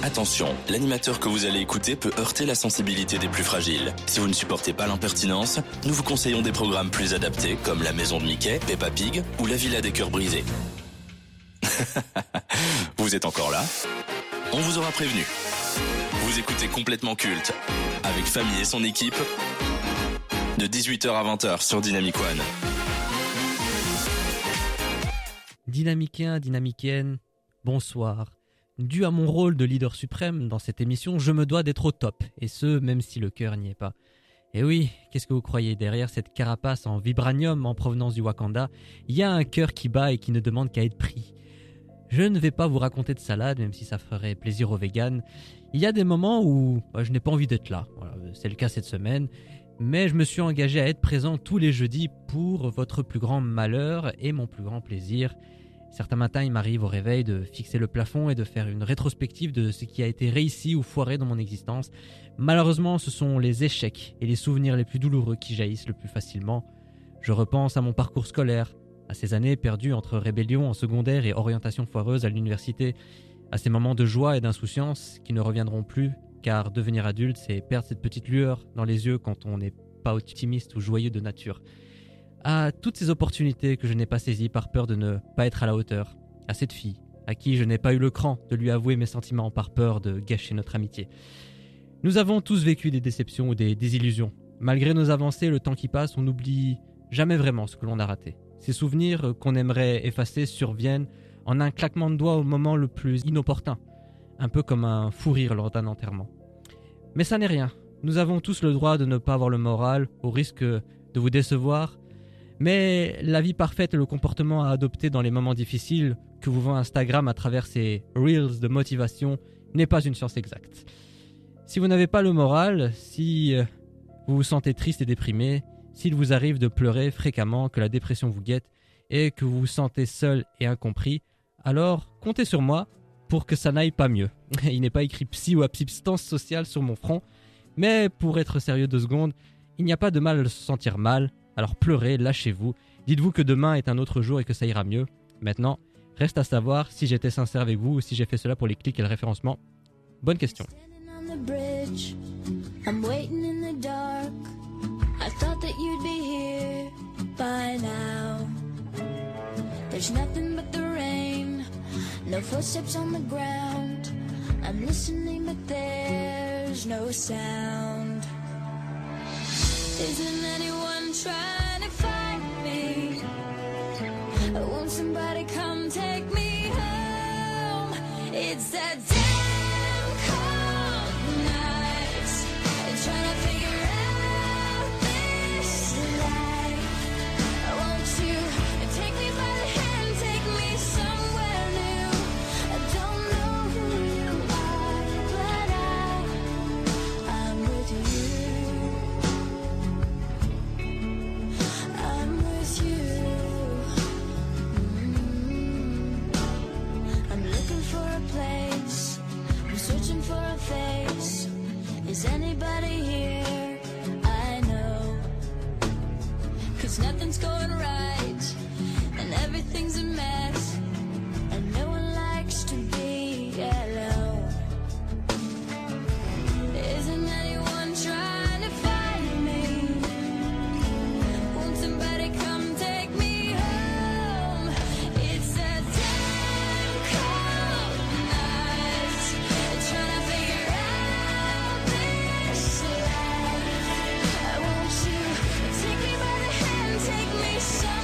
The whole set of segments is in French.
Attention, l'animateur que vous allez écouter peut heurter la sensibilité des plus fragiles. Si vous ne supportez pas l'impertinence, nous vous conseillons des programmes plus adaptés comme La Maison de Mickey, Peppa Pig ou La Villa des Cœurs Brisés. Vous êtes encore là ? On vous aura prévenu. Vous écoutez Complètement Culte avec Famille et son équipe de 18h à 20h sur Dynamic One. Dynamicains, dynamiciennes, bonsoir. Dû à mon rôle de leader suprême dans cette émission, je me dois d'être au top, et ce, même si le cœur n'y est pas. Et oui, qu'est-ce que vous croyez, derrière cette carapace en vibranium en provenance du Wakanda, il y a un cœur qui bat et qui ne demande qu'à être pris. Je ne vais pas vous raconter de salade, même si ça ferait plaisir aux véganes. Il y a des moments où je n'ai pas envie d'être là, voilà, c'est le cas cette semaine, mais je me suis engagé à être présent tous les jeudis pour votre plus grand malheur et mon plus grand plaisir. Certains matins, il m'arrive au réveil de fixer le plafond et de faire une rétrospective de ce qui a été réussi ou foiré dans mon existence. Malheureusement, ce sont les échecs et les souvenirs les plus douloureux qui jaillissent le plus facilement. Je repense à mon parcours scolaire, à ces années perdues entre rébellion en secondaire et orientation foireuse à l'université, à ces moments de joie et d'insouciance qui ne reviendront plus, car devenir adulte, c'est perdre cette petite lueur dans les yeux quand on n'est pas optimiste ou joyeux de nature. À toutes ces opportunités que je n'ai pas saisies par peur de ne pas être à la hauteur, à cette fille, à qui je n'ai pas eu le cran de lui avouer mes sentiments par peur de gâcher notre amitié. Nous avons tous vécu des déceptions ou des désillusions. Malgré nos avancées, le temps qui passe, on n'oublie jamais vraiment ce que l'on a raté. Ces souvenirs qu'on aimerait effacer surviennent en un claquement de doigts au moment le plus inopportun, un peu comme un fou rire lors d'un enterrement. Mais ça n'est rien, nous avons tous le droit de ne pas avoir le moral, au risque de vous décevoir, mais la vie parfaite et le comportement à adopter dans les moments difficiles que vous vend Instagram à travers ses reels de motivation n'est pas une science exacte. Si vous n'avez pas le moral, si vous vous sentez triste et déprimé, s'il vous arrive de pleurer fréquemment, que la dépression vous guette et que vous vous sentez seul et incompris, alors comptez sur moi pour que ça n'aille pas mieux. Il n'est pas écrit psy ou substance sociale sur mon front, mais pour être sérieux 2 secondes, il n'y a pas de mal à se sentir mal, alors pleurez, lâchez-vous, dites-vous que demain est un autre jour et que ça ira mieux. Maintenant, reste à savoir si j'étais sincère avec vous ou si j'ai fait cela pour les clics et le référencement. Bonne question. I thought that you'd be here by now. There's nothing but the rain, no footsteps on the ground. I'm listening but there's no sound. Isn't anyone trying to find me? Won't somebody come take me home? It's that damn cold night, trying to figure out this life. Won't you take me by the hand, take me somewhere new? I don't know who you are, but I'm with you. I'm with you. I'm looking for a place, I'm searching for a face. Is anybody here? I know, 'cause nothing's going right and everything's a mess, and no one likes to be alone. Isn't anyone trying to find me? Won't somebody come take me home? It's a damn cold night, trying to figure out this life. Won't you take me by the hand, take me somewhere?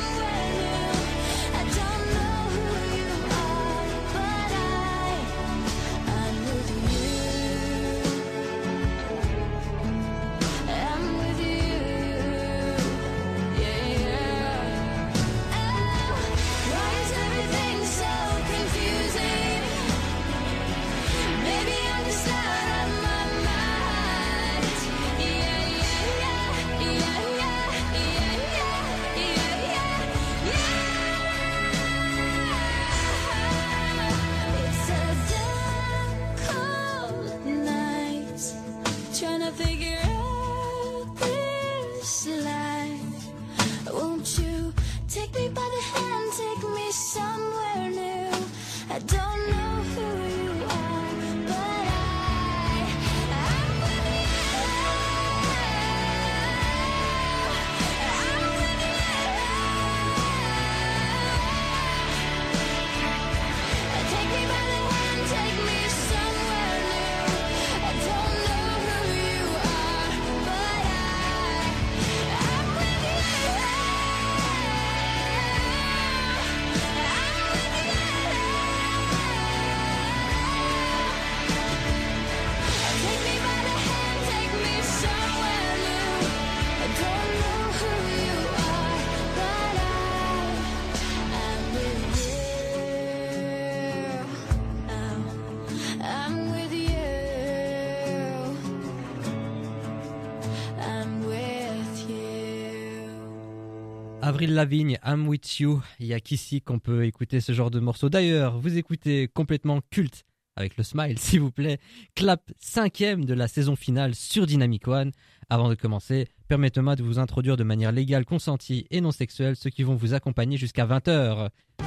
Avril Lavigne, I'm With You. Il y a qu'ici qu'on peut écouter ce genre de morceau. D'ailleurs, vous écoutez Complètement Culte avec le smile, s'il vous plaît. Clap 5e de la saison finale sur Dynamic One. Avant de commencer, permettez-moi de vous introduire de manière légale, consentie et non sexuelle ceux qui vont vous accompagner jusqu'à 20h.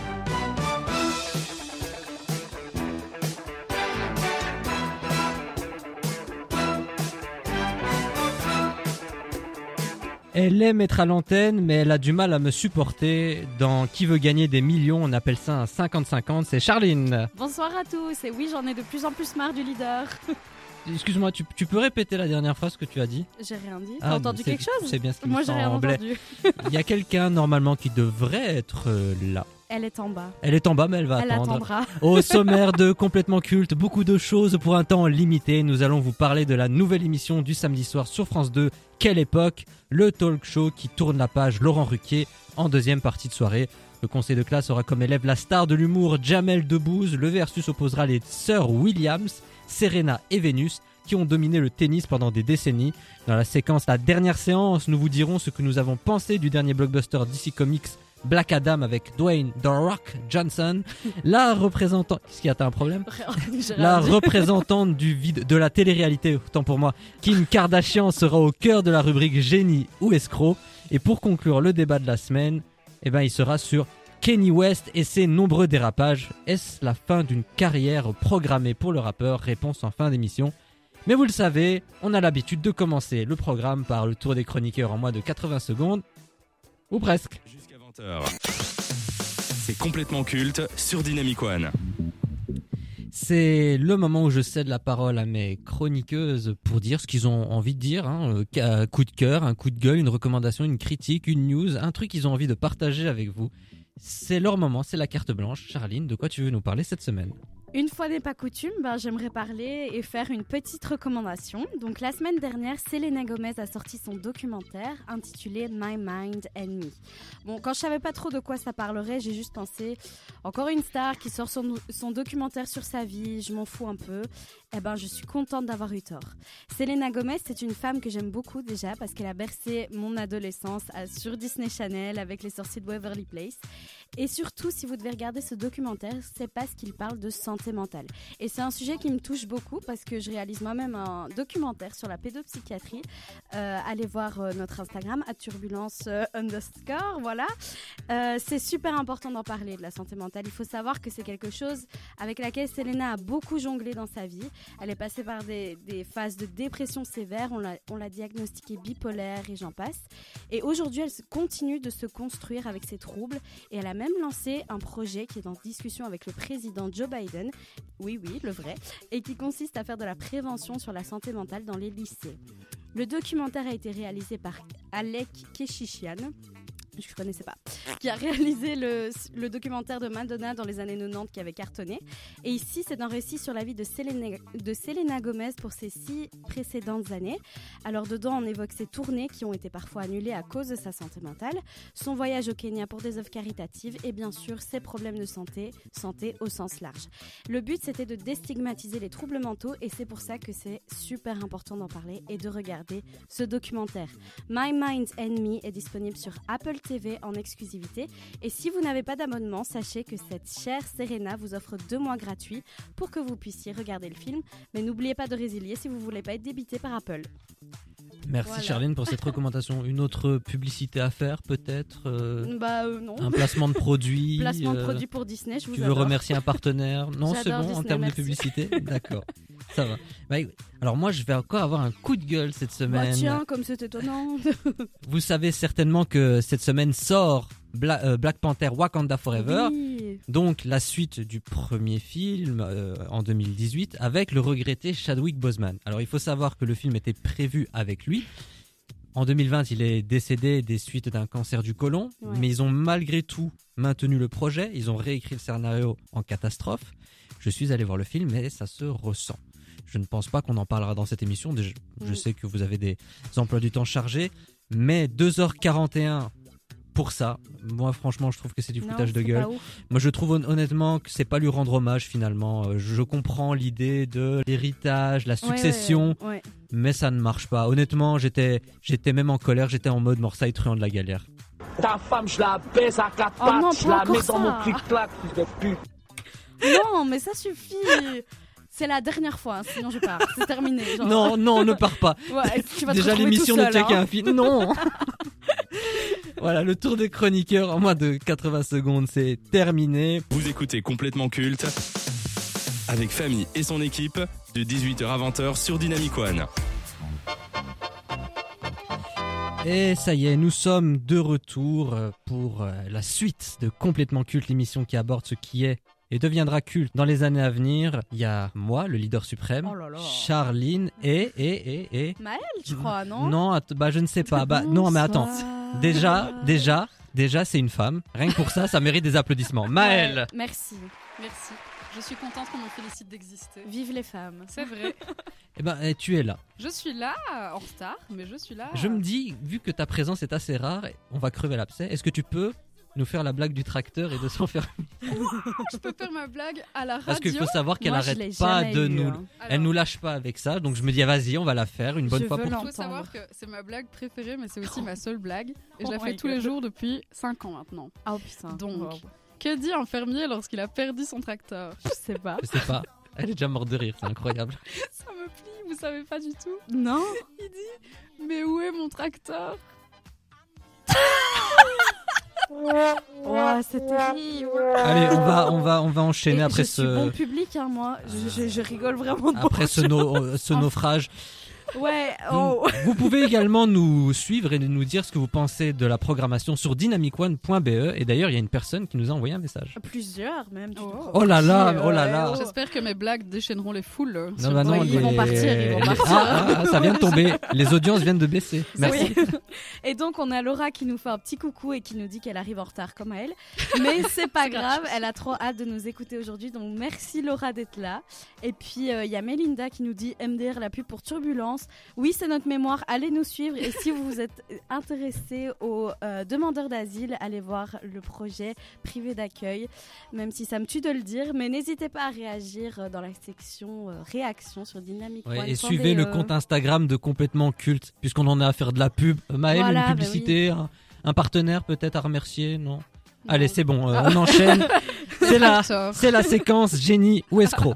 Elle aime être à l'antenne, mais elle a du mal à me supporter. Dans Qui veut gagner des millions, on appelle ça un 50-50, c'est Charline. Bonsoir à tous, et oui, j'en ai de plus en plus marre du leader. Excuse-moi, tu peux répéter la dernière phrase que tu as dit ? J'ai rien dit. T'as entendu quelque chose ? C'est bien ce qui Moi, me j'ai rien semblait. entendu. Il y a quelqu'un normalement qui devrait être là. Elle est en bas. Elle est en bas, mais elle va Elle attendre. attendra. Au sommaire de Complètement Culte, beaucoup de choses pour un temps limité. Nous allons vous parler de la nouvelle émission du samedi soir sur France 2, Quelle époque ? Le talk show qui tourne la page Laurent Ruquier en deuxième partie de soirée. Le conseil de classe aura comme élève la star de l'humour Jamel Debbouze. Le versus opposera les sœurs Williams, Serena et Vénus, qui ont dominé le tennis pendant des décennies. Dans la séquence La dernière séance, nous vous dirons ce que nous avons pensé du dernier blockbuster DC Comics Black Adam avec Dwayne The Rock Johnson. La représentante... Qu'est-ce qu'il y a, t'as un problème ? La représentante du vide, de la télé-réalité, autant pour moi, Kim Kardashian sera au cœur de la rubrique génie ou escroc. Et pour conclure le débat de la semaine, il sera sur Kanye West et ses nombreux dérapages. Est-ce la fin d'une carrière programmée pour le rappeur ? Réponse en fin d'émission. Mais vous le savez, on a l'habitude de commencer le programme par le tour des chroniqueurs en moins de 80 secondes. Ou presque. Jusqu'à 20h. C'est Complètement Culte sur Dynamic One. C'est le moment où je cède la parole à mes chroniqueuses pour dire ce qu'ils ont envie de dire. Un coup de cœur, un coup de gueule, une recommandation, une critique, une news, un truc qu'ils ont envie de partager avec vous. C'est leur moment, c'est la carte blanche. Charline, de quoi tu veux nous parler cette semaine ? Une fois n'est pas coutume, j'aimerais parler et faire une petite recommandation. Donc la semaine dernière, Selena Gomez a sorti son documentaire intitulé My Mind and Me. Bon, quand je savais pas trop de quoi ça parlerait, j'ai juste pensé, encore une star qui sort son documentaire sur sa vie, je m'en fous un peu. Je suis contente d'avoir eu tort. Selena Gomez, c'est une femme que j'aime beaucoup déjà parce qu'elle a bercé mon adolescence sur Disney Channel avec les sorciers de Waverly Place. Et surtout, si vous devez regarder ce documentaire, c'est parce qu'il parle de santé mentale. Et c'est un sujet qui me touche beaucoup parce que je réalise moi-même un documentaire sur la pédopsychiatrie. Allez voir notre Instagram, @turbulence_, voilà. C'est super important d'en parler de la santé mentale. Il faut savoir que c'est quelque chose avec laquelle Selena a beaucoup jonglé dans sa vie. Elle est passée par des phases de dépression sévère, on l'a diagnostiquée bipolaire et j'en passe. Et aujourd'hui, elle continue de se construire avec ses troubles et elle a même lancé un projet qui est en discussion avec le président Joe Biden, oui, le vrai, et qui consiste à faire de la prévention sur la santé mentale dans les lycées. Le documentaire a été réalisé par Alec Keshishian, je ne connaissais pas, qui a réalisé le documentaire de Madonna dans les années 90 qui avait cartonné. Et ici, c'est un récit sur la vie de Selena Gomez pour ses 6 précédentes années. Alors dedans, on évoque ses tournées qui ont été parfois annulées à cause de sa santé mentale, son voyage au Kenya pour des œuvres caritatives et bien sûr ses problèmes de santé au sens large. Le but, c'était de déstigmatiser les troubles mentaux et c'est pour ça que c'est super important d'en parler et de regarder ce documentaire. My Mind and Me est disponible sur Apple TV en exclusivité. Et si vous n'avez pas d'abonnement, sachez que cette chère Serena vous offre 2 mois gratuits pour que vous puissiez regarder le film. Mais n'oubliez pas de résilier si vous ne voulez pas être débité par Apple. Merci voilà. Charline pour cette recommandation. Une autre publicité à faire peut-être non. Un placement de produit Placement de produit pour Disney, je vous adore. Tu veux remercier un partenaire ? Non, c'est bon Disney, en termes merci. de publicité. D'accord, ça va. Alors moi je vais encore avoir un coup de gueule cette semaine. Tiens, comme c'est étonnant. Vous savez certainement que cette semaine sort Black Panther Wakanda Forever, oui. Donc la suite du premier film en 2018 avec le regretté Chadwick Boseman. Alors il faut savoir que le film était prévu avec lui. En 2020, il est décédé des suites d'un cancer du côlon, mais ils ont malgré tout maintenu le projet, ils ont réécrit le scénario en catastrophe. Je suis allé voir le film et ça se ressent. Je ne pense pas qu'on en parlera dans cette émission, je sais que vous avez des emplois du temps chargés, mais 2h41 pour ça, moi franchement je trouve que c'est du foutage de gueule. Moi je trouve honnêtement que c'est pas lui rendre hommage finalement. Je comprends l'idée de l'héritage, la succession, mais ça ne marche pas. Honnêtement j'étais même en colère, j'étais en mode Morsay truand de la galère. Ta femme, je la baise à quatre Oh non, pattes, je pas la encore mets dans mon ça. clic-clac, fils de pute. Non, mais ça suffit. C'est la dernière fois, hein, sinon je pars. C'est terminé. Genre. Non, non, ne pars pas. Ouais, tu vas te Déjà, retrouver l'émission tout ne seul, tient hein. qu'à un film. Non. Voilà, le tour des chroniqueurs en moins de 80 secondes, c'est terminé. Vous écoutez Complètement Culte avec Famille et son équipe de 18h à 20h sur Dynamic One. Et ça y est, nous sommes de retour pour la suite de Complètement Culte, l'émission qui aborde ce qui est et deviendra culte dans les années à venir. Il y a moi, le leader suprême, Oh là là. Charline et... Maëlle, tu crois, non? Non, bah je ne sais pas. Bah non, mais attends. Bonsoir. Déjà, c'est une femme. Rien que pour ça, ça mérite des applaudissements. Maëlle. Ouais, merci. Merci. Je suis contente qu'on me félicite d'exister. Vive les femmes. C'est vrai. Eh ben, tu es là. Je suis là, en retard, mais je suis là. Je me dis, vu que ta présence est assez rare, on va crever l'abcès. Est-ce que tu peux nous faire la blague du tracteur et de s'en faire... Je peux faire ma blague à la radio. Parce qu'il faut savoir qu'elle Moi, je arrête l'ai pas jamais de eu, nous... hein. Elle nous lâche pas avec ça, donc je me dis, ah, vas-y, on va la faire une bonne Je fois veux pour Il toutes. faut savoir que c'est ma blague préférée, mais c'est aussi ma seule blague. Et je la Oh fais my tous les God. jours depuis 5 ans maintenant. Oh putain. Donc, Wow. que dit un fermier lorsqu'il a perdu son tracteur? Je sais pas. Je sais pas. Elle est déjà morte de rire, c'est incroyable. Ça me plie, vous savez pas du tout. Non. Il dit, mais où est mon tracteur? Ouah, c'est terrible. Allez, on va enchaîner Et après je suis bon ce... public, hein, moi. Je rigole vraiment de Après ce naufrage. Ouais, oh. Vous pouvez également nous suivre et nous dire ce que vous pensez de la programmation sur dynamicone.be. Et d'ailleurs, il y a une personne qui nous a envoyé un message. Plusieurs, même. tu Oh. te Oh là là, crois. oh là là. J'espère que mes blagues déchaîneront les foules. Non, bah non, ils vont partir. Ça vient de tomber. Les audiences viennent de baisser. Merci. Oui. Et donc, on a Laura qui nous fait un petit coucou et qui nous dit qu'elle arrive en retard comme elle. Mais c'est pas grave, elle a trop hâte de nous écouter aujourd'hui. Donc, merci Laura d'être là. Et puis, il y a Mélinda qui nous dit MDR, la pub pour Turbulence. Oui, c'est notre mémoire. Allez nous suivre. Et si vous êtes intéressé aux demandeurs d'asile, allez voir le projet privé d'accueil. Même si ça me tue de le dire. Mais n'hésitez pas à réagir dans la section réaction sur Dynamic Ouais, One. et suivez le compte Instagram de Complètement Culte, puisqu'on en a à faire de la pub. Maëlle, Voilà, une bah publicité, un partenaire peut-être à remercier, non? Allez, c'est bon, on enchaîne. C'est la séquence génie ou escroc.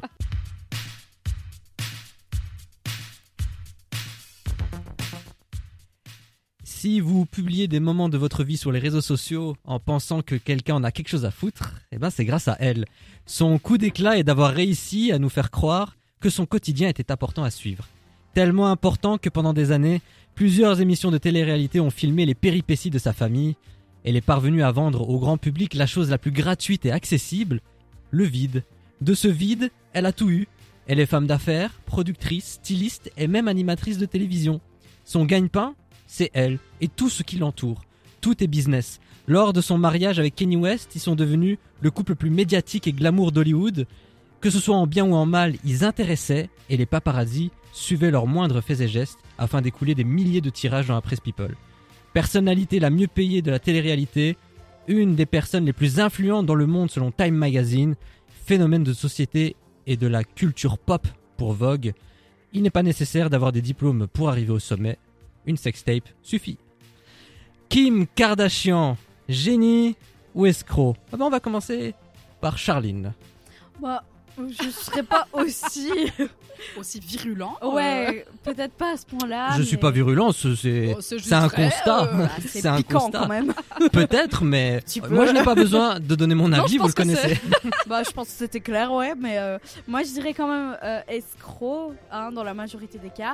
Si vous publiez des moments de votre vie sur les réseaux sociaux en pensant que quelqu'un en a quelque chose à foutre, eh ben c'est grâce à elle. Son coup d'éclat est d'avoir réussi à nous faire croire que son quotidien était important à suivre. Tellement important que pendant des années, plusieurs émissions de télé-réalité ont filmé les péripéties de sa famille. Elle est parvenue à vendre au grand public la chose la plus gratuite et accessible, le vide. De ce vide, elle a tout eu. Elle est femme d'affaires, productrice, styliste et même animatrice de télévision. Son gagne-pain, c'est elle et tout ce qui l'entoure. Tout est business. Lors de son mariage avec Kanye West, ils sont devenus le couple le plus médiatique et glamour d'Hollywood. Que ce soit en bien ou en mal, ils intéressaient et les paparazzis suivaient leurs moindres faits et gestes afin d'écouler des milliers de tirages dans la presse people. Personnalité la mieux payée de la télé-réalité, une des personnes les plus influentes dans le monde selon Time Magazine, phénomène de société et de la culture pop pour Vogue. Il n'est pas nécessaire d'avoir des diplômes pour arriver au sommet. Une sextape suffit. Kim Kardashian, génie ou escroc? Ah ben on va commencer par Charline. Bah, je serais pas aussi. Aussi virulent. Ouais, peut-être pas à ce point-là. Je suis pas virulent, c'est juste un vrai, constat. Ah, c'est C'est un piquant constat. quand même. Peut-être, mais Tu peux. moi je n'ai pas besoin de donner mon Non, avis, je vous le pense que connaissez. Bah, je pense que c'était clair, ouais, mais moi je dirais quand même escroc, hein, dans la majorité des cas.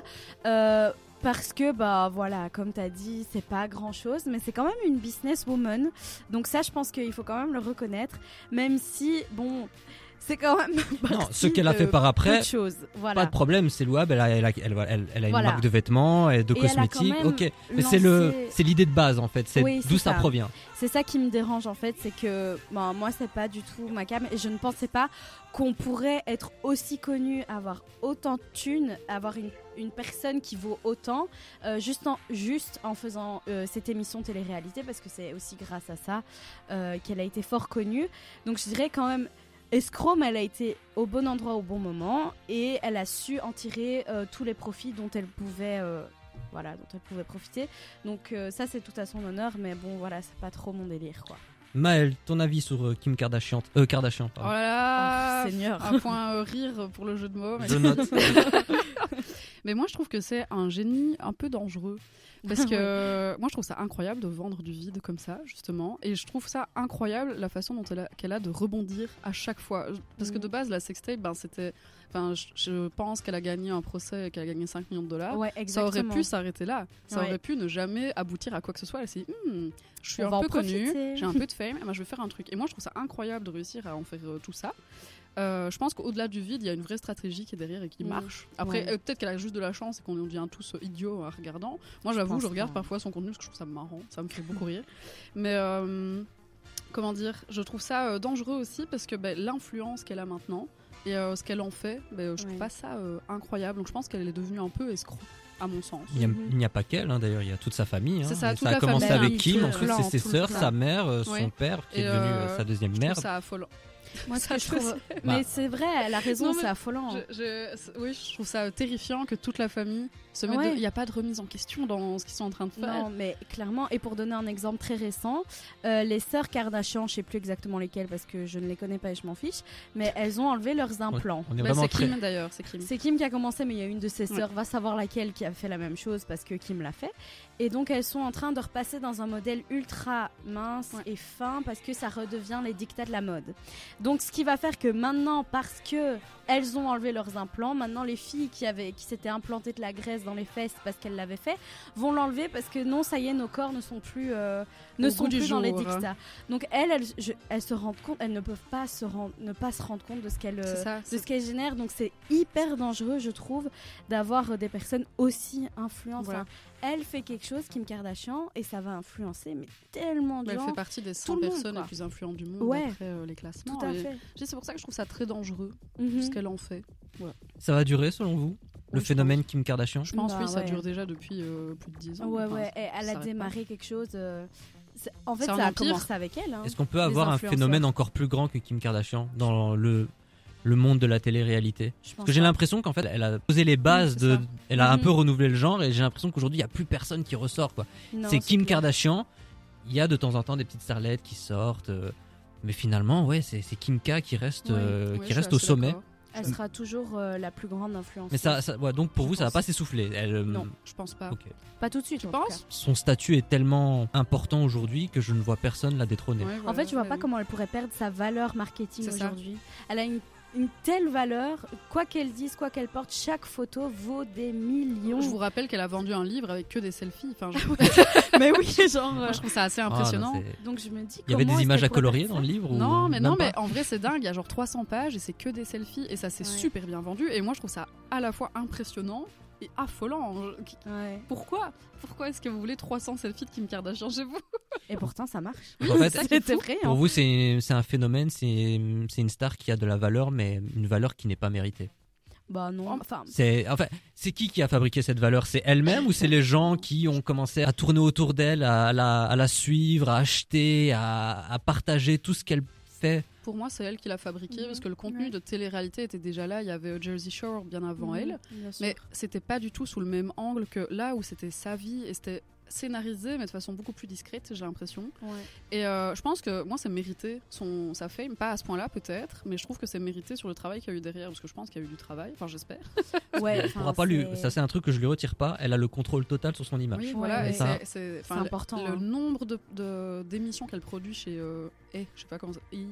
Parce que, bah voilà, comme tu as dit, c'est pas grand chose, mais c'est quand même une businesswoman. Donc, ça, je pense qu'il faut quand même le reconnaître. Même si, bon, c'est quand même. Non, parti ce qu'elle a de fait par après, peu de choses. Voilà. pas de problème, c'est louable. Elle a une Voilà. marque de vêtements et de Et elle a quand cosmétiques. même Ok, mais lancé- c'est l'idée de base en fait. C'est Oui, d'où c'est ça ça. provient. C'est ça qui me dérange en fait, c'est que bon, moi c'est pas du tout ma cam et je ne pensais pas qu'on pourrait être aussi connu, avoir autant de thunes, avoir une personne qui vaut autant juste en faisant cette émission télé-réalité, parce que c'est aussi grâce à ça qu'elle a été fort connue. Donc je dirais quand même escroc, mais elle a été au bon endroit au bon moment et elle a su en tirer tous les profits dont elle pouvait voilà, dont elle pouvait profiter. Donc ça, c'est tout à son honneur, mais bon, voilà, c'est pas trop mon délire, quoi. Maëlle, ton avis sur Kim Kardashian Kardashian, Oh pardon. là là, Oh, Seigneur. un point rire pour le jeu de mots. Mais... Je note. Mais moi, je trouve que c'est un génie un peu dangereux. Parce que moi, je trouve ça incroyable de vendre du vide comme ça, justement. Et je trouve ça incroyable la façon dont qu'elle a de rebondir à chaque fois. Parce que de base, la sextape, ben, c'était... Enfin, je pense qu'elle a gagné un procès et qu'elle a gagné 5 millions de dollars. Ouais, Ça exactement. aurait pu s'arrêter là. Ça Ouais. aurait pu ne jamais aboutir à quoi que ce soit. Elle s'est dit, je suis On va un en peu connue, profiter. j'ai un peu de fame, et ben, je vais faire un truc. Et moi, je trouve ça incroyable de réussir à en faire tout ça. Je pense qu'au-delà du vide, il y a une vraie stratégie qui est derrière et qui marche. Après, Ouais. Peut-être qu'elle a juste de la chance et qu'on devient tous idiots en regardant. Moi, j'avoue, pense je regarde pas. parfois son contenu parce que je trouve ça marrant, ça me fait beaucoup rire. Mais comment dire, je trouve ça dangereux aussi parce que l'influence qu'elle a maintenant et ce qu'elle en fait, je trouve Ouais. pas ça incroyable. Donc je pense qu'elle est devenue un peu escroc, à mon sens. Il n'y a pas qu'elle, hein, d'ailleurs, il y a toute sa famille. Hein. C'est ça, Et toute a la commencé famille. avec Oui, Kim, tout le ensuite clan, c'est ses tout le sœurs, clan. sa mère, Ouais. son père, qui Et, est devenu sa deuxième Je mère. trouve ça affolant. Moi, ce Ça, que je trouve... Bah. Mais c'est vrai, elle a raison, Non, mais c'est affolant. Oui, je trouve ça terrifiant que toute la famille se mette. Ouais. Il n'y a pas de remise en question dans ce qu'ils sont en train de faire. Non, mais clairement, et pour donner un exemple très récent, les sœurs Kardashian, je sais plus exactement lesquelles parce que je ne les connais pas et je m'en fiche, mais elles ont enlevé leurs implants. On est Bah, vraiment c'est très... Kim d'ailleurs, c'est Kim. C'est Kim qui a commencé, mais il y a une de ses Ouais. sœurs, va savoir laquelle, qui a fait la même chose parce que Kim l'a fait. Et donc elles sont en train de repasser dans un modèle ultra mince Ouais. et fin parce que ça redevient les dictats de la mode. Donc ce qui va faire que maintenant, parce que elles ont enlevé leurs implants, maintenant les filles qui s'étaient implantées de la graisse dans les fesses parce qu'elles l'avaient fait, vont l'enlever parce que non, ça y est, nos corps ne sont plus, Au goût du dans les jour. dictats. Donc elles se rendent compte, elles ne peuvent pas ne pas se rendre compte de ce qu'elles C'est ça. de ce qu'elle génère, donc c'est hyper dangereux, je trouve, d'avoir des personnes aussi influentes. Voilà. Enfin, elle fait quelque chose, Kim Kardashian, et ça va influencer mais tellement de Elle gens. fait partie des 100 tout le monde, personnes quoi. les plus influentes du monde Ouais. après les classements. Tout à Et fait. C'est pour ça que je trouve ça très dangereux, Mhm. ce qu'elle en fait. Ça va durer selon vous, le Oui, je phénomène Kim Kardashian? Je pense Bah, oui, ça ouais. dure déjà depuis plus de 10 ans. Ouais, Enfin, ouais, et elle a s'arrête démarré quelque chose. En fait, C'est un ça a empire. commencé avec elle. Hein. Est-ce qu'on peut avoir un influenceurs. phénomène encore plus grand que Kim Kardashian dans le monde de la télé-réalité? Je pense Parce que j'ai pas. l'impression qu'en fait, elle a posé les bases Oui, c'est ça. elle a un Mhm. peu renouvelé le genre, et j'ai l'impression qu'aujourd'hui, il n'y a plus personne qui ressort, quoi. Non, C'est Kim clair. Kardashian. Il y a de temps en temps des petites starlettes qui sortent, mais finalement, ouais, c'est Kim K qui reste, Ouais. ouais, qui je reste suis au assez sommet. d'accord. Elle sera toujours la plus grande influence. Mais ouais, donc pour Je vous, ça va pense. pas s'essouffler. Non, je pense pas. Ok. Pas tout de suite. Tu en tout penses cas. Son statut est tellement important aujourd'hui que je ne vois personne la détrôner. Ouais, En voilà, fait, je vois pas elle- comment elle pourrait perdre sa valeur marketing C'est ça. aujourd'hui. Elle a une telle valeur, quoi qu'elle dise, quoi qu'elle porte, chaque photo vaut des millions. Je vous rappelle qu'elle a vendu un livre avec que des selfies. Enfin, Mais oui, genre. moi, je trouve ça assez Ah, non, impressionnant. c'est- Donc je me dis. Il y avait comment des est-ce images qu'elle à pourrait colorier perdre dans le ça livre ou Non, mais même non, pas mais en vrai, c'est dingue. Il y a genre 300 pages et c'est que des selfies et ça s'est Ouais. super bien vendu. Et moi, je trouve ça à la fois impressionnant et affolant. Ouais. Pourquoi est-ce que vous voulez 300 selfies de Kim Kardashian chez vous? Et pourtant, ça marche. Donc, en fait, c'est ça qui est C'était fou. vrai. pour hein. vous, c'est un phénomène, c'est une star qui a de la valeur, mais une valeur qui n'est pas méritée. Bah non. Enfin, C'est qui a fabriqué cette valeur? C'est elle-même ou c'est les gens qui ont commencé à tourner autour d'elle, à la suivre, à acheter, à partager tout ce qu'elle fait? Pour moi, c'est elle qui l'a fabriqué Mhm. parce que le contenu Ouais. de télé-réalité était déjà là. Il y avait Jersey Shore bien avant elle. bien sûr. Mais c'était pas du tout sous le même angle que là où c'était sa vie et c'était scénarisé mais de façon beaucoup plus discrète, j'ai l'impression. Ouais. Et je pense que moi c'est mérité sa fame, pas à ce point-là peut-être, mais je trouve que c'est mérité sur le travail qu'il y a eu derrière parce que je pense qu'il y a eu du travail, enfin j'espère. Ouais, Elle pourra pas ça c'est un truc que je lui retire pas. Elle a le contrôle total sur son image. Oui, Ouais, voilà, ouais. et Ça. c'est C'est important, Le hein. nombre d'émissions qu'elle produit chez je sais pas comment ça, le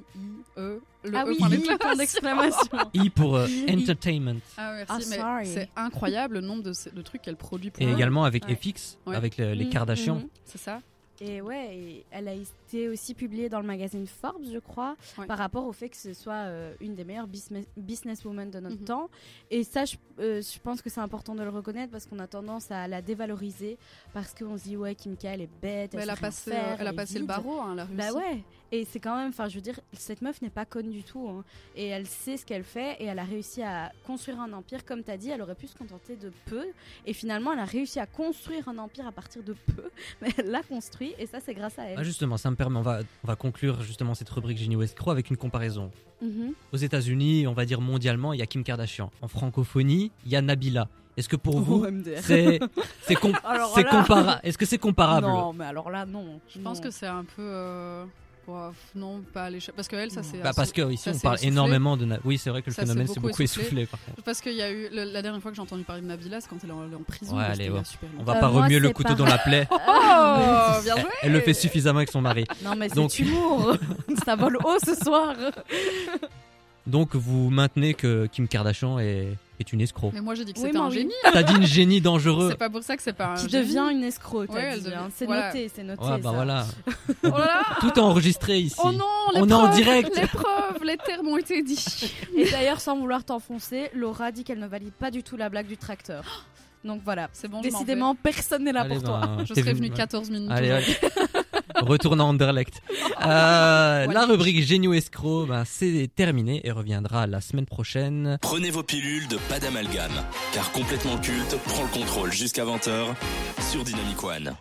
Ah E oui, point point d'exclamation. I pour I. entertainment. Ah merci, Ah, mais sorry. c'est incroyable le nombre de trucs qu'elle produit pour Et eux. également avec Ouais. FX, Ouais. avec les Mhm, Kardashians. mhm. C'est ça. Et ouais, et elle a été aussi publiée dans le magazine Forbes, je crois, Ouais. par rapport au fait que ce soit une des meilleures businesswomen de notre Mhm. temps. Et ça, je pense que c'est important de le reconnaître parce qu'on a tendance à la dévaloriser parce qu'on se dit ouais, Kim K, elle est bête, Mais elle, elle a sait rien passé, faire, elle a est passé le vide. barreau, hein, elle a réussi. Bah ouais, et c'est quand même, enfin je veux dire, cette meuf n'est pas conne du tout, hein. Et elle sait ce qu'elle fait et elle a réussi à construire un empire, comme t'as dit, elle aurait pu se contenter de peu, et finalement elle a réussi à construire un empire à partir de peu, mais elle l'a construit, et ça c'est grâce à elle. Ah, justement, ça me permet, on va conclure justement cette rubrique Génie West Crow avec une comparaison. Mhm. Aux États-Unis, on va dire mondialement, il y a Kim Kardashian. En francophonie, il y a Nabila. Est-ce que pour vous, OMDR. c'est Alors c'est là- est-ce que c'est comparable? Non, mais alors là, non. Je pense que c'est un peu. Non, pas à l'échelle. Parce qu'elle, ça c'est. Parce que ici ça, on c'est parle essoufflé. énormément de. Oui, c'est vrai que le Ça, c'est phénomène c'est beaucoup beaucoup essoufflé. essoufflé. Par contre. Parce qu'il y a eu. La dernière fois que j'ai entendu parler de Nabila, c'est quand elle est en prison. Ouais, mais allez, c'était il y a ouais. super On longtemps. va pas moi, remuer le c'est couteau dans pareil. la plaie. Oh, bien joué. Elle le fait suffisamment avec son mari. Non, mais Donc- c'est humour. Ça vole haut ce soir. Donc vous maintenez que Kim Kardashian est une escroc. Mais moi j'ai dit que Oui, c'était moi, un oui. génie. T'as dit une génie dangereux. C'est pas pour ça que c'est pas un Qui génie. devient une escroc, t'as Ouais, elle dit, devient- hein. C'est voilà. noté, c'est noté. Ouais, bah ça. voilà. Oh là là. Tout est enregistré ici. Oh non, On les est en preuves, direct. Les preuves, les termes ont été dits. Et d'ailleurs, sans vouloir t'enfoncer, Laura dit qu'elle ne valide pas du tout la blague du tracteur. Donc voilà. C'est bon, je m'en Décidément, personne n'est là Allez, pour toi. ben, vais. Je t'es serais venu- venu 14 minutes. Allez, aujourd'hui. Retourne à Anderlecht. La rubrique Génie ou escroc, c'est terminé et reviendra la semaine prochaine. Prenez vos pilules de pas d'amalgame, car complètement culte prend le contrôle jusqu'à 20h sur Dynamic One.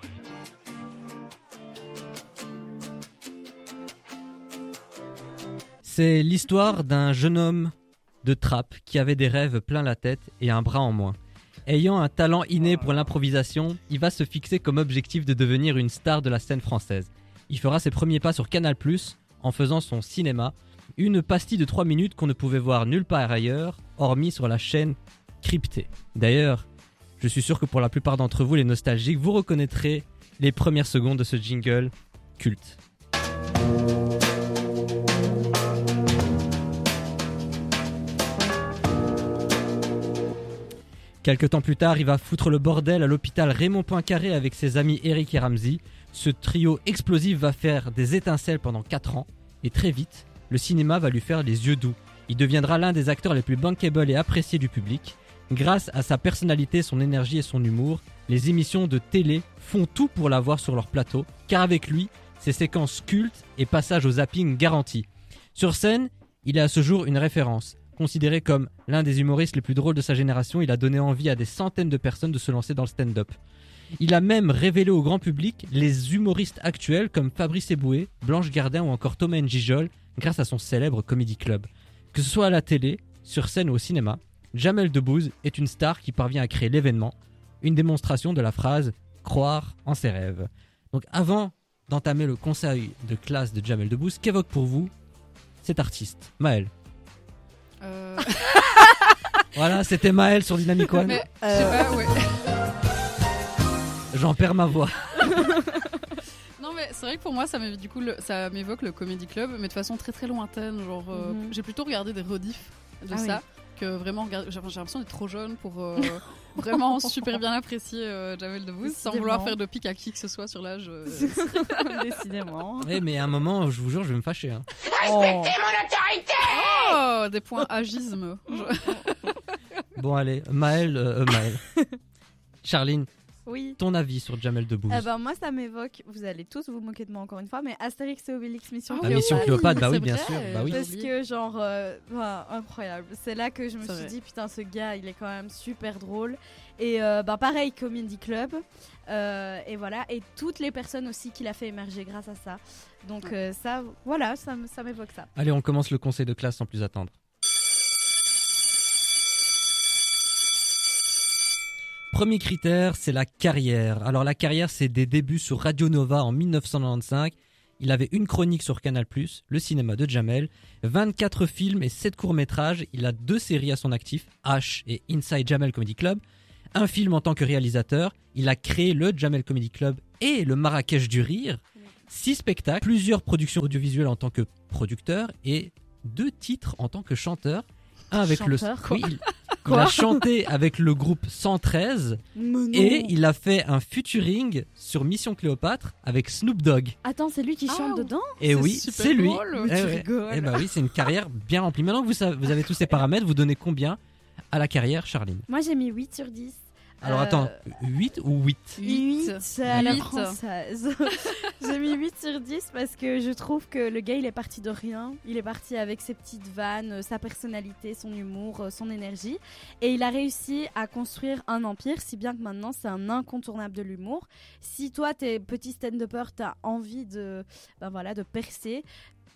C'est l'histoire d'un jeune homme de trappe qui avait des rêves plein la tête et un bras en moins. Ayant un talent inné pour l'improvisation, il va se fixer comme objectif de devenir une star de la scène française. Il fera ses premiers pas sur Canal+, en faisant son cinéma, une pastille de 3 minutes qu'on ne pouvait voir nulle part ailleurs, hormis sur la chaîne cryptée. D'ailleurs, je suis sûr que pour la plupart d'entre vous, les nostalgiques, vous reconnaîtrez les premières secondes de ce jingle culte. Quelques temps plus tard, il va foutre le bordel à l'hôpital Raymond Poincaré avec ses amis Eric et Ramsey. Ce trio explosif va faire des étincelles pendant 4 ans. Et très vite, le cinéma va lui faire les yeux doux. Il deviendra l'un des acteurs les plus bankable et appréciés du public. Grâce à sa personnalité, son énergie et son humour, les émissions de télé font tout pour l'avoir sur leur plateau. Car avec lui, ses séquences cultes et passages au zapping garantis. Sur scène, il est à ce jour une référence. Considéré comme l'un des humoristes les plus drôles de sa génération, il a donné envie à des centaines de personnes de se lancer dans le stand-up. Il a même révélé au grand public les humoristes actuels comme Fabrice Eboué, Blanche Gardin ou encore Thomas Njijol grâce à son célèbre comedy club. Que ce soit à la télé, sur scène ou au cinéma, Jamel Debbouze est une star qui parvient à créer l'événement, une démonstration de la phrase « croire en ses rêves ». Donc avant d'entamer le conseil de classe de Jamel Debbouze, qu'évoque pour vous cet artiste, Maël? Voilà, c'était Maël sur Dynamic One. Mais, je sais pas, ouais. J'en perds ma voix. Non mais c'est vrai que pour moi ça m'évoque le Comedy Club mais de façon très très lointaine genre j'ai plutôt regardé des rediffs de ça que vraiment regarder. J'ai l'impression d'être trop jeune pour vraiment super bien apprécier Jamel Debbouze sans vouloir faire de pic à qui que ce soit sur l'âge. Décidément. Oui, mais à un moment, je vous jure, je vais me fâcher. Hein. Oh, des points agisme. Bon, allez, Maël. Charline, Oui. ton avis sur Jamel Debbouze? Moi, ça m'évoque. Vous allez tous vous moquer de moi encore une fois, mais Astérix et Obélix Mission Ah, Mission Cléopâtre, bah oui, c'est bien vrai, sûr. Bah oui. Parce que genre incroyable. C'est là que je me C'est suis vrai. dit putain ce gars il est quand même super drôle et pareil Comedy Club et voilà et toutes les personnes aussi qu'il a fait émerger grâce à ça. Donc ça voilà ça m'évoque ça. Allez, on commence le conseil de classe sans plus attendre. Premier critère, c'est la carrière. Alors la carrière, c'est des débuts sur Radio Nova en 1995. Il avait une chronique sur Canal+, le cinéma de Jamel, 24 films et 7 courts-métrages. Il a 2 séries à son actif, H et Inside Jamel Comedy Club. Un film en tant que réalisateur. Il a créé le Jamel Comedy Club et le Marrakech du Rire. 6 spectacles, plusieurs productions audiovisuelles en tant que producteur et 2 titres en tant que chanteur. Un avec Chanteur, oui, il a chanté avec le groupe 113 et il a fait un featuring sur Mission Cléopâtre avec Snoop Dogg. Attends c'est lui qui chante dedans. Et C'est oui, super c'est lui. drôle. Tu rigoles. Eh bah oui, c'est une carrière bien remplie. Maintenant que vous avez tous ces paramètres, vous donnez combien à la carrière, Charline? Moi j'ai mis 8 sur 10. Alors attends, 8 ou 8? 8 à la 8. française. J'ai mis 8 sur 10 parce que je trouve que le gars il est parti de rien. Il est parti avec ses petites vannes, sa personnalité, son humour, son énergie. Et il a réussi à construire un empire, si bien que maintenant c'est un incontournable de l'humour. Si toi t'es petit stand-upper, t'as envie de percer, t'es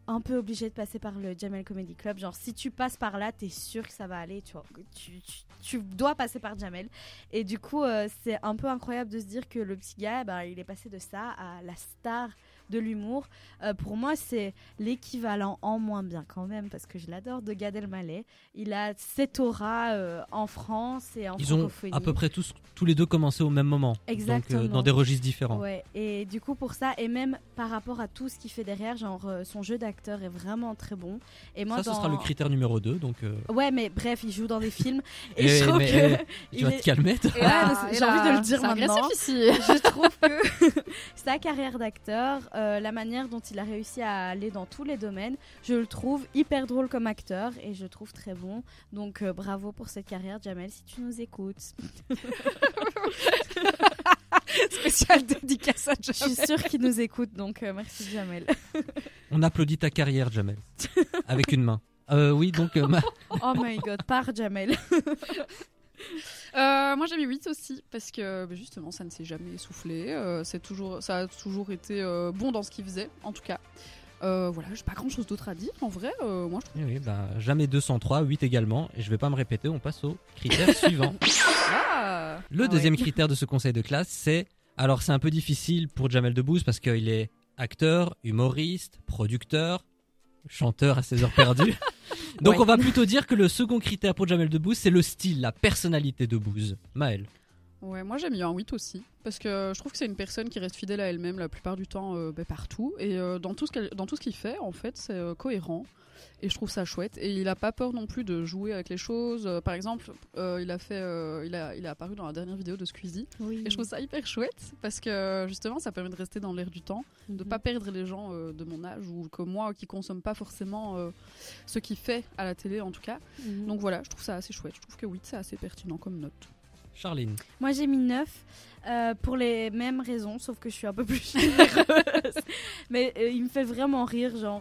un peu obligé de passer par le Jamel Comedy Club. Genre, si tu passes par là, t'es sûr que ça va aller. Tu vois, tu dois passer par Jamel. Et du coup, c'est un peu incroyable de se dire que le petit gars, il est passé de ça à la star de l'humour. Pour moi, c'est l'équivalent en moins bien quand même, parce que je l'adore, de Gad Elmaleh. Il a cette aura en France et en francophonie. Ils ont à peu près tous les deux commencé au même moment. Exactement. Donc, dans des registres différents. Ouais. Et du coup, pour ça, et même par rapport à tout ce qu'il fait derrière, genre son jeu d'acteur est vraiment très bon. Et moi, ça, ce sera le critère numéro 2. Donc, ouais, mais bref, il joue dans des films. Et je trouve que. Tu vas te calmer, toi. J'ai envie de le dire maintenant. Ici. Je trouve que sa carrière d'acteur, la manière dont il a réussi à aller dans tous les domaines, je le trouve hyper drôle comme acteur et je trouve très bon. Donc bravo pour cette carrière, Jamel, si tu nous écoutes. Spécial dédicace à Je Jamel. suis sûre qu'il nous écoute, donc merci Jamel. On applaudit ta carrière, Jamel. Avec une main. Oui, donc... Oh my god, par Jamel. Moi j'ai mis 8 aussi parce que justement ça ne s'est jamais essoufflé, ça a toujours été bon dans ce qu'il faisait en tout cas. Voilà, j'ai pas grand chose d'autre à dire en vrai, moi je trouve. Oui, jamais 203, 8 également. Et je vais pas me répéter, on passe au critère suivant. Le deuxième critère de ce conseil de classe, c'est... Alors c'est un peu difficile pour Jamel Debbouze parce qu'il est acteur, humoriste, producteur, chanteur à ses heures perdues. Donc on va plutôt dire que le second critère pour Jamel Debbouze, c'est le style, la personnalité de Debbouze. Maëlle. Ouais, moi j'ai mis un 8 aussi, parce que je trouve que c'est une personne qui reste fidèle à elle-même la plupart du temps, partout, et dans tout ce qu'il fait, en fait, c'est cohérent, et je trouve ça chouette, et il a pas peur non plus de jouer avec les choses. Par exemple, il a apparu dans la dernière vidéo de Squeezie, et je trouve ça hyper chouette, parce que justement ça permet de rester dans l'air du temps, de pas perdre les gens de mon âge, ou comme moi qui consomme pas forcément ce qu'il fait à la télé en tout cas. Donc voilà, je trouve ça assez chouette, je trouve que 8 c'est assez pertinent comme note. Charline. Moi j'ai mis 9 pour les mêmes raisons, sauf que je suis un peu plus généreuse. Mais il me fait vraiment rire, genre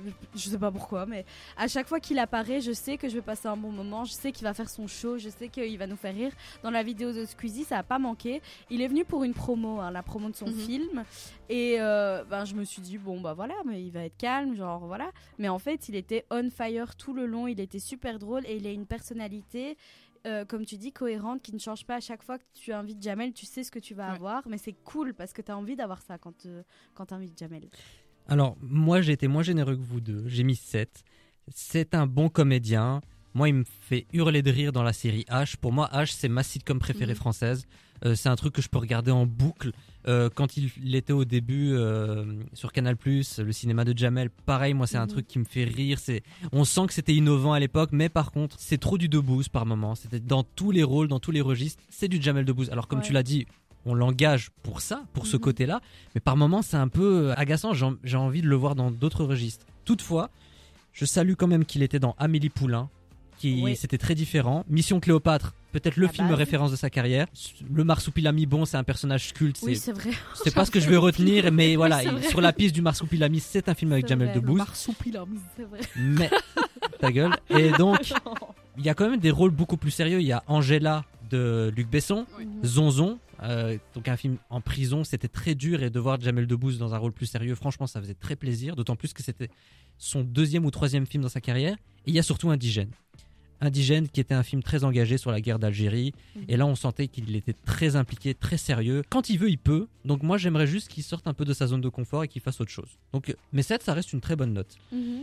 je sais pas pourquoi, mais à chaque fois qu'il apparaît, je sais que je vais passer un bon moment, je sais qu'il va faire son show, je sais qu'il va nous faire rire. Dans la vidéo de Squeezie, ça a pas manqué. Il est venu pour une promo, la promo de son film, et je me suis dit bon voilà, mais il va être calme, genre voilà. Mais en fait, il était on fire tout le long, il était super drôle et il a une personnalité. Comme tu dis, cohérente, qui ne change pas à chaque fois que tu invites Jamel, tu sais ce que tu vas avoir, mais c'est cool parce que tu as envie d'avoir ça quand tu invites Jamel. Alors, moi j'ai été moins généreux que vous deux, j'ai mis 7. C'est un bon comédien. Moi, il me fait hurler de rire dans la série H. Pour moi, H, c'est ma sitcom préférée française. C'est un truc que je peux regarder en boucle. Quand il était au début sur Canal+, le cinéma de Jamel, pareil, moi c'est un truc qui me fait rire. On sent que c'était innovant à l'époque, mais par contre, c'est trop du Debbouze par moment. C'était dans tous les rôles, dans tous les registres, c'est du Jamel Debbouze. Alors comme tu l'as dit, on l'engage pour ça, pour ce côté-là, mais par moments c'est un peu agaçant. J'ai envie de le voir dans d'autres registres. Toutefois, je salue quand même qu'il était dans Amélie Poulain, c'était très différent. Mission Cléopâtre, peut-être le film référence de sa carrière. Le Marsupilami, bon, c'est un personnage culte. C'est vrai. C'est pas ce que je vais retenir, mais voilà, sur la piste du Marsupilami, c'est un film avec Jamel Debbouze. Marsupilami, c'est vrai. Mais ta gueule. Et donc, il y a quand même des rôles beaucoup plus sérieux. Il y a Angela de Luc Besson, Zonzon, donc un film en prison. C'était très dur, et de voir Jamel Debbouze dans un rôle plus sérieux, franchement, ça faisait très plaisir. D'autant plus que c'était son 2e ou 3e film dans sa carrière. Et il y a surtout Indigène. Indigène, qui était un film très engagé sur la guerre d'Algérie, et là on sentait qu'il était très impliqué, très sérieux. Quand il veut, il peut. Donc moi j'aimerais juste qu'il sorte un peu de sa zone de confort et qu'il fasse autre chose. Donc, mais 7, ça reste une très bonne note.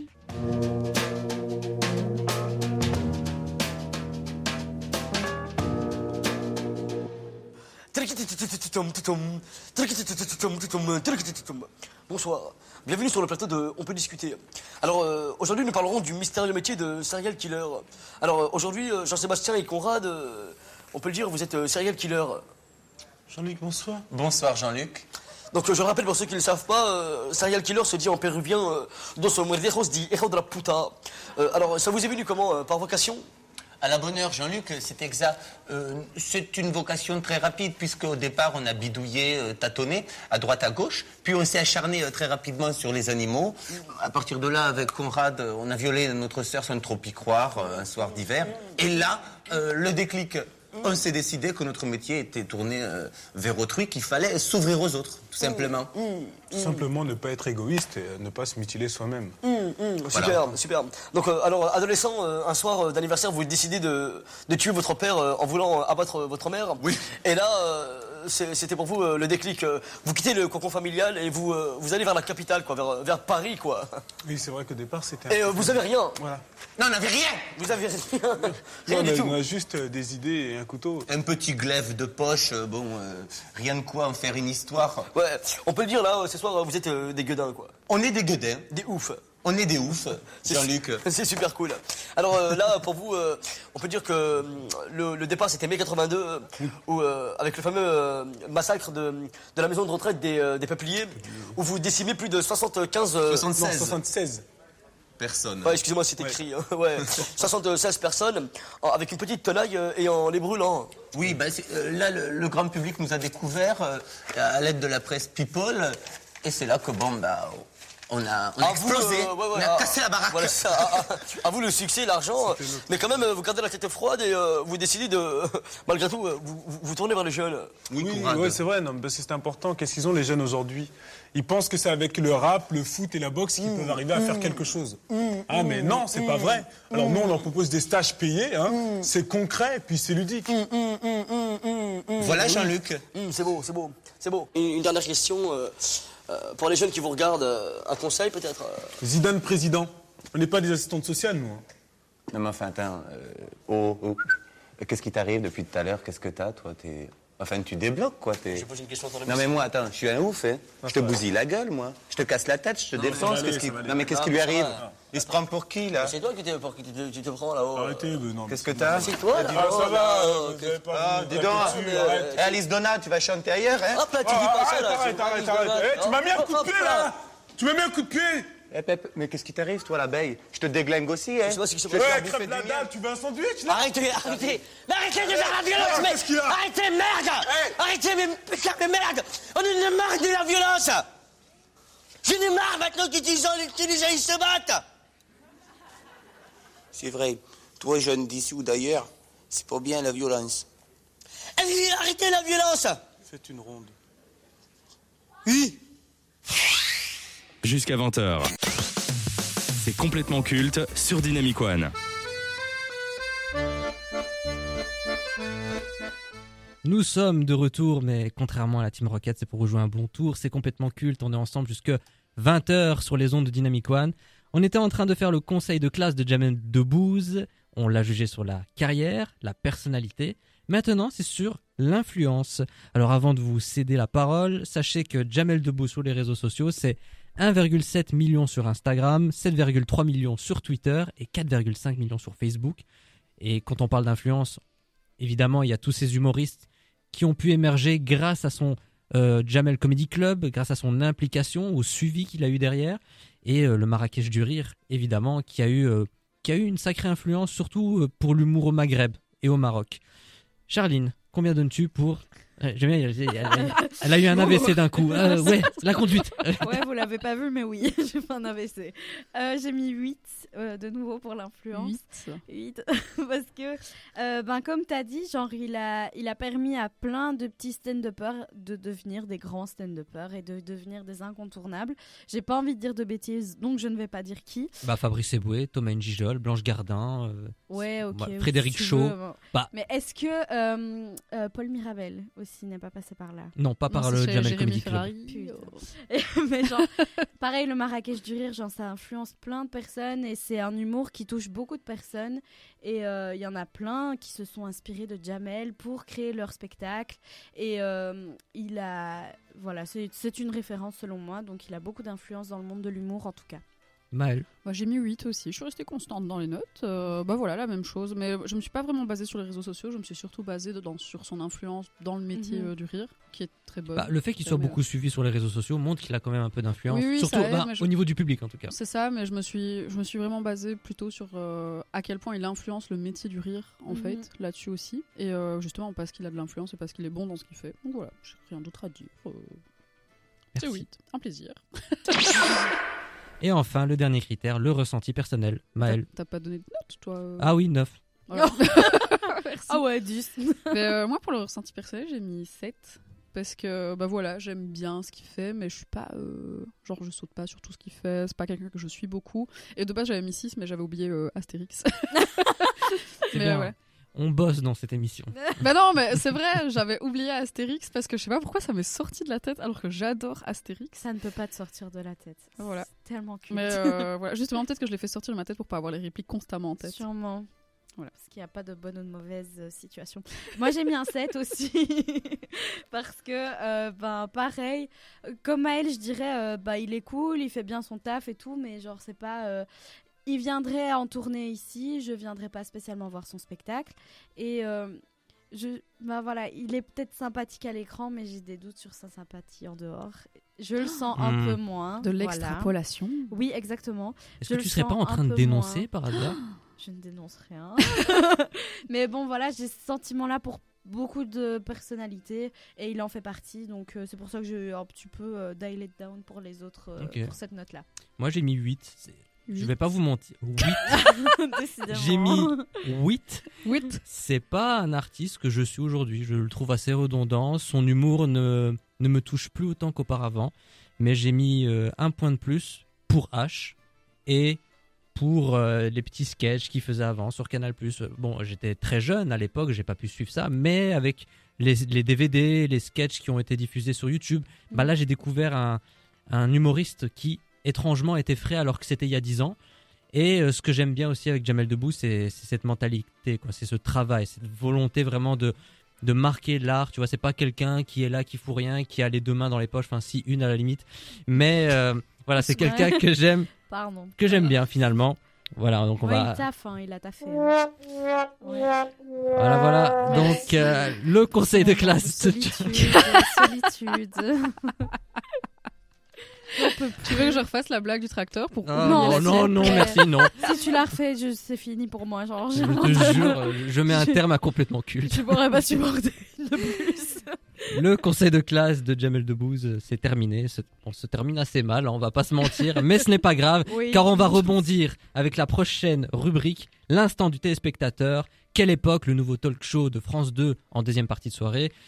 Bonsoir, bienvenue sur le plateau de On peut discuter. Alors aujourd'hui nous parlerons du mystérieux métier de serial killer. Alors aujourd'hui Jean-Sébastien et Conrad, on peut le dire, vous êtes serial killer. Jean-Luc, bonsoir. Bonsoir Jean-Luc. Donc je le rappelle pour ceux qui ne le savent pas, serial killer se dit en péruvien dos muerderos di hijo de la puta. Alors ça vous est venu comment, par vocation? À la bonne heure, Jean-Luc, c'est exact. C'est une vocation très rapide, puisque au départ, on a bidouillé, tâtonné, à droite, à gauche. Puis on s'est acharné très rapidement sur les animaux. À partir de là, avec Conrad, on a violé notre sœur sans trop y croire, un soir d'hiver. Et là, le déclic. On s'est décidé que notre métier était tourné vers autrui, qu'il fallait s'ouvrir aux autres, tout simplement. Tout simplement ne pas être égoïste et ne pas se mutiler soi-même. Super, super. Donc, alors, adolescent, un soir d'anniversaire, vous décidez de tuer votre père en voulant abattre votre mère. Oui. Et là, c'était pour vous le déclic. Vous quittez le cocon familial et vous allez vers la capitale, quoi, vers Paris, quoi. Oui, c'est vrai qu'au départ, c'était... Et vous avez rien. Voilà. Non, on n'avait rien. Vous avez rien. Non, Rien du tout. on a juste des idées et un couteau. Un petit glaive de poche, rien de quoi en faire une histoire. Ouais, on peut le dire là, ce soir, vous êtes des gueudins, quoi. On est des gueudins, Des oufs. on est des oufs, Jean-Luc. C'est super cool. Alors là, pour vous, on peut dire que le départ, c'était mai 82, où, avec le fameux massacre de la maison de retraite des Peupliers, où vous décimez plus de 75... 76. Personne. Ouais, excusez-moi, c'est écrit. Hein, ouais. 76 personnes, avec une petite tenaille et en les brûlant. Oui, là, le grand public nous a découvert à l'aide de la presse People, et c'est là que, on a explosé, on a cassé la baraque. Voilà, à vous le succès, l'argent, mais quand même, vous gardez la tête froide et vous décidez de, malgré tout, vous tournez vers les jeunes. Oui, ouais, c'est vrai, non, parce que c'est important. Qu'est-ce qu'ils ont les jeunes aujourd'hui? Ils pensent que c'est avec le rap, le foot et la boxe qu'ils peuvent arriver à faire quelque chose. Ah, mais non, c'est pas vrai. Alors nous, on leur propose des stages payés, hein. C'est concret, puis c'est ludique. Voilà, Jean-Luc. C'est beau, c'est beau, c'est beau. Une dernière question, pour les jeunes qui vous regardent, un conseil peut-être Zidane président. On n'est pas des assistantes sociales, nous. Hein. Non, mais enfin, attends. Qu'est-ce qui t'arrive depuis tout à l'heure? Qu'est-ce que t'as, toi? Enfin, tu débloques, quoi. Je pose une question Non, mais moi, attends, je suis un ouf, hein. Je te bousille la gueule, moi. Je te casse la tête, je te défonce. Non, mais qu'est-ce qui lui arrive? Il se prend pour qui, là? C'est toi qui te prends là-haut. Arrêtez, non. Qu'est-ce que t'as? C'est toi là. Ça va, vous avez pas... Dis donc. Alice Donna, tu vas chanter ailleurs, hein? Hop là, tu dis pas ça là. Arrête. Tu m'as mis un coup de pied, là. Tu m'as mis un coup de pied. Mais qu'est-ce qui t'arrive, toi, l'abeille? Je te déglingue aussi, hein? Je sais pas ce qui se passe. Ouais, crève la dalle, tu veux un sandwich, là? Arrêtez de faire la violence, mec. Qu'est-ce qu'il y a? Arrêtez, merde. Arrêtez, mais putain, mais merde. On en a marre de la violence. J'en ai marre maintenant que les gens ils se battent. C'est vrai. Toi, jeune d'ici ou d'ailleurs, c'est pas bien la violence. Allez, arrêtez la violence. Faites une ronde. Oui. Jusqu'à 20h. C'est complètement culte sur Dynamic One. Nous sommes de retour, mais contrairement à la Team Rocket, c'est pour vous jouer un bon tour. C'est complètement culte. On est ensemble jusque 20h sur les ondes de Dynamic One. On était en train de faire le conseil de classe de Jamel Debbouze. On l'a jugé sur la carrière, la personnalité. Maintenant, c'est sur l'influence. Alors avant de vous céder la parole, sachez que Jamel Debbouze sur les réseaux sociaux, c'est 1,7 million sur Instagram, 7,3 millions sur Twitter et 4,5 millions sur Facebook. Et quand on parle d'influence, évidemment, il y a tous ces humoristes qui ont pu émerger grâce à son Jamel Comedy Club, grâce à son implication, au suivi qu'il a eu derrière, et le Marrakech du Rire, évidemment, qui a eu une sacrée influence, surtout pour l'humour au Maghreb et au Maroc. Charline, combien donnes-tu pour... J'aime bien, elle a eu un AVC d'un coup. Ouais, la conduite. Ouais, vous l'avez pas vu, mais oui, j'ai fait un AVC. J'ai mis 8 de nouveau pour l'influence. 8 parce que, comme tu as dit, genre, il a permis à plein de petits stand-uppers de devenir des grands stand-uppers et de devenir des incontournables. J'ai pas envie de dire de bêtises, donc je ne vais pas dire qui. Fabrice Eboué, Thomas Njijol, Blanche Gardin, ouais, ok. Frédéric Shaw. Mais est-ce que Paul Mirabel aussi n'est pas passé par là? Non, pas par le Jamel Comedy Club. Mais genre, pareil, le Marrakech du Rire, genre, ça influence plein de personnes et c'est un humour qui touche beaucoup de personnes. Et il y en a plein qui se sont inspirés de Jamel pour créer leur spectacle. Et voilà, c'est une référence selon moi, donc il a beaucoup d'influence dans le monde de l'humour en tout cas. Maëlle. J'ai mis 8 aussi. Je suis restée constante dans les notes. Voilà, la même chose. Mais je me suis pas vraiment basée sur les réseaux sociaux. Je me suis surtout basée sur son influence dans le métier du rire, qui est très bonne. Le fait qu'il soit beaucoup suivi sur les réseaux sociaux montre qu'il a quand même un peu d'influence. Oui, surtout au niveau du public, en tout cas. C'est ça, mais je me suis vraiment basée plutôt sur à quel point il influence le métier du rire, en fait, là-dessus aussi. Et justement, parce qu'il a de l'influence et parce qu'il est bon dans ce qu'il fait. Donc voilà, j'ai rien d'autre à dire. C'est 8. Un plaisir. Et enfin, le dernier critère, le ressenti personnel. Maëlle. T'as pas donné de note, toi Ah oui, 9. Voilà. Merci. Ah ouais, 10. Mais moi, pour le ressenti personnel, j'ai mis 7. Parce que, bah voilà, j'aime bien ce qu'il fait, mais je suis pas. Genre, je saute pas sur tout ce qu'il fait. C'est pas quelqu'un que je suis beaucoup. Et de base, j'avais mis 6, mais j'avais oublié Astérix. C'est bien. Ouais. On bosse dans cette émission. Bah non, mais c'est vrai, j'avais oublié Astérix parce que je sais pas pourquoi ça m'est sorti de la tête alors que j'adore Astérix. Ça ne peut pas te sortir de la tête. Voilà. C'est tellement culte. Mais voilà, justement, peut-être que je l'ai fait sortir de ma tête pour pas avoir les répliques constamment en tête. Sûrement. Voilà. Parce qu'il n'y a pas de bonne ou de mauvaise situation. Moi, j'ai mis un 7 aussi. Parce que, pareil, comme Maël, je dirais, il est cool, il fait bien son taf et tout, mais genre, c'est pas... il viendrait en tournée ici, je viendrais pas spécialement voir son spectacle. Et il est peut-être sympathique à l'écran, mais j'ai des doutes sur sa sympathie en dehors. Je le sens un peu moins. De l'extrapolation. Voilà. Oui, exactement. Est-ce que tu serais pas en train de dénoncer par hasard? Je ne dénonce rien. Mais bon, voilà, j'ai ce sentiment-là pour beaucoup de personnalités et il en fait partie. Donc, c'est pour ça que j'ai un petit peu dial it down pour les autres, pour cette note-là. Moi, j'ai mis 8. Je vais pas vous mentir. 8. J'ai mis 8. 8. C'est pas un artiste que je suis aujourd'hui. Je le trouve assez redondant. Son humour ne me touche plus autant qu'auparavant. Mais j'ai mis un point de plus pour H et pour les petits sketchs qu'il faisait avant sur Canal+. Bon, j'étais très jeune à l'époque, j'ai pas pu suivre ça, mais avec les DVD, les sketchs qui ont été diffusés sur YouTube, là j'ai découvert un humoriste qui étrangement était frais alors que c'était il y a 10 ans. Et ce que j'aime bien aussi avec Jamel Debbouze, c'est cette mentalité, quoi. C'est ce travail, cette volonté vraiment de marquer l'art. Tu vois, c'est pas quelqu'un qui est là, qui fout rien, qui a les deux mains dans les poches, enfin si une à la limite. Mais voilà, c'est quelqu'un que j'aime. Pardon. Que j'aime bien finalement. Voilà, donc on va. Il a taffé. Voilà. Donc le conseil de classe. Solitude. Tu veux que je refasse la blague du tracteur pour non, merci, non. Si tu la refais, c'est fini pour moi. Genre, je te jure, je mets un terme à complètement culte. Je pourrais pas supporter de plus. Le conseil de classe de Jamel Debbouze, c'est terminé. On se termine assez mal, on va pas se mentir, mais ce n'est pas grave, car on va rebondir avec la prochaine rubrique, l'instant du téléspectateur. Quelle époque, le nouveau talk show de France 2 en deuxième partie de soirée.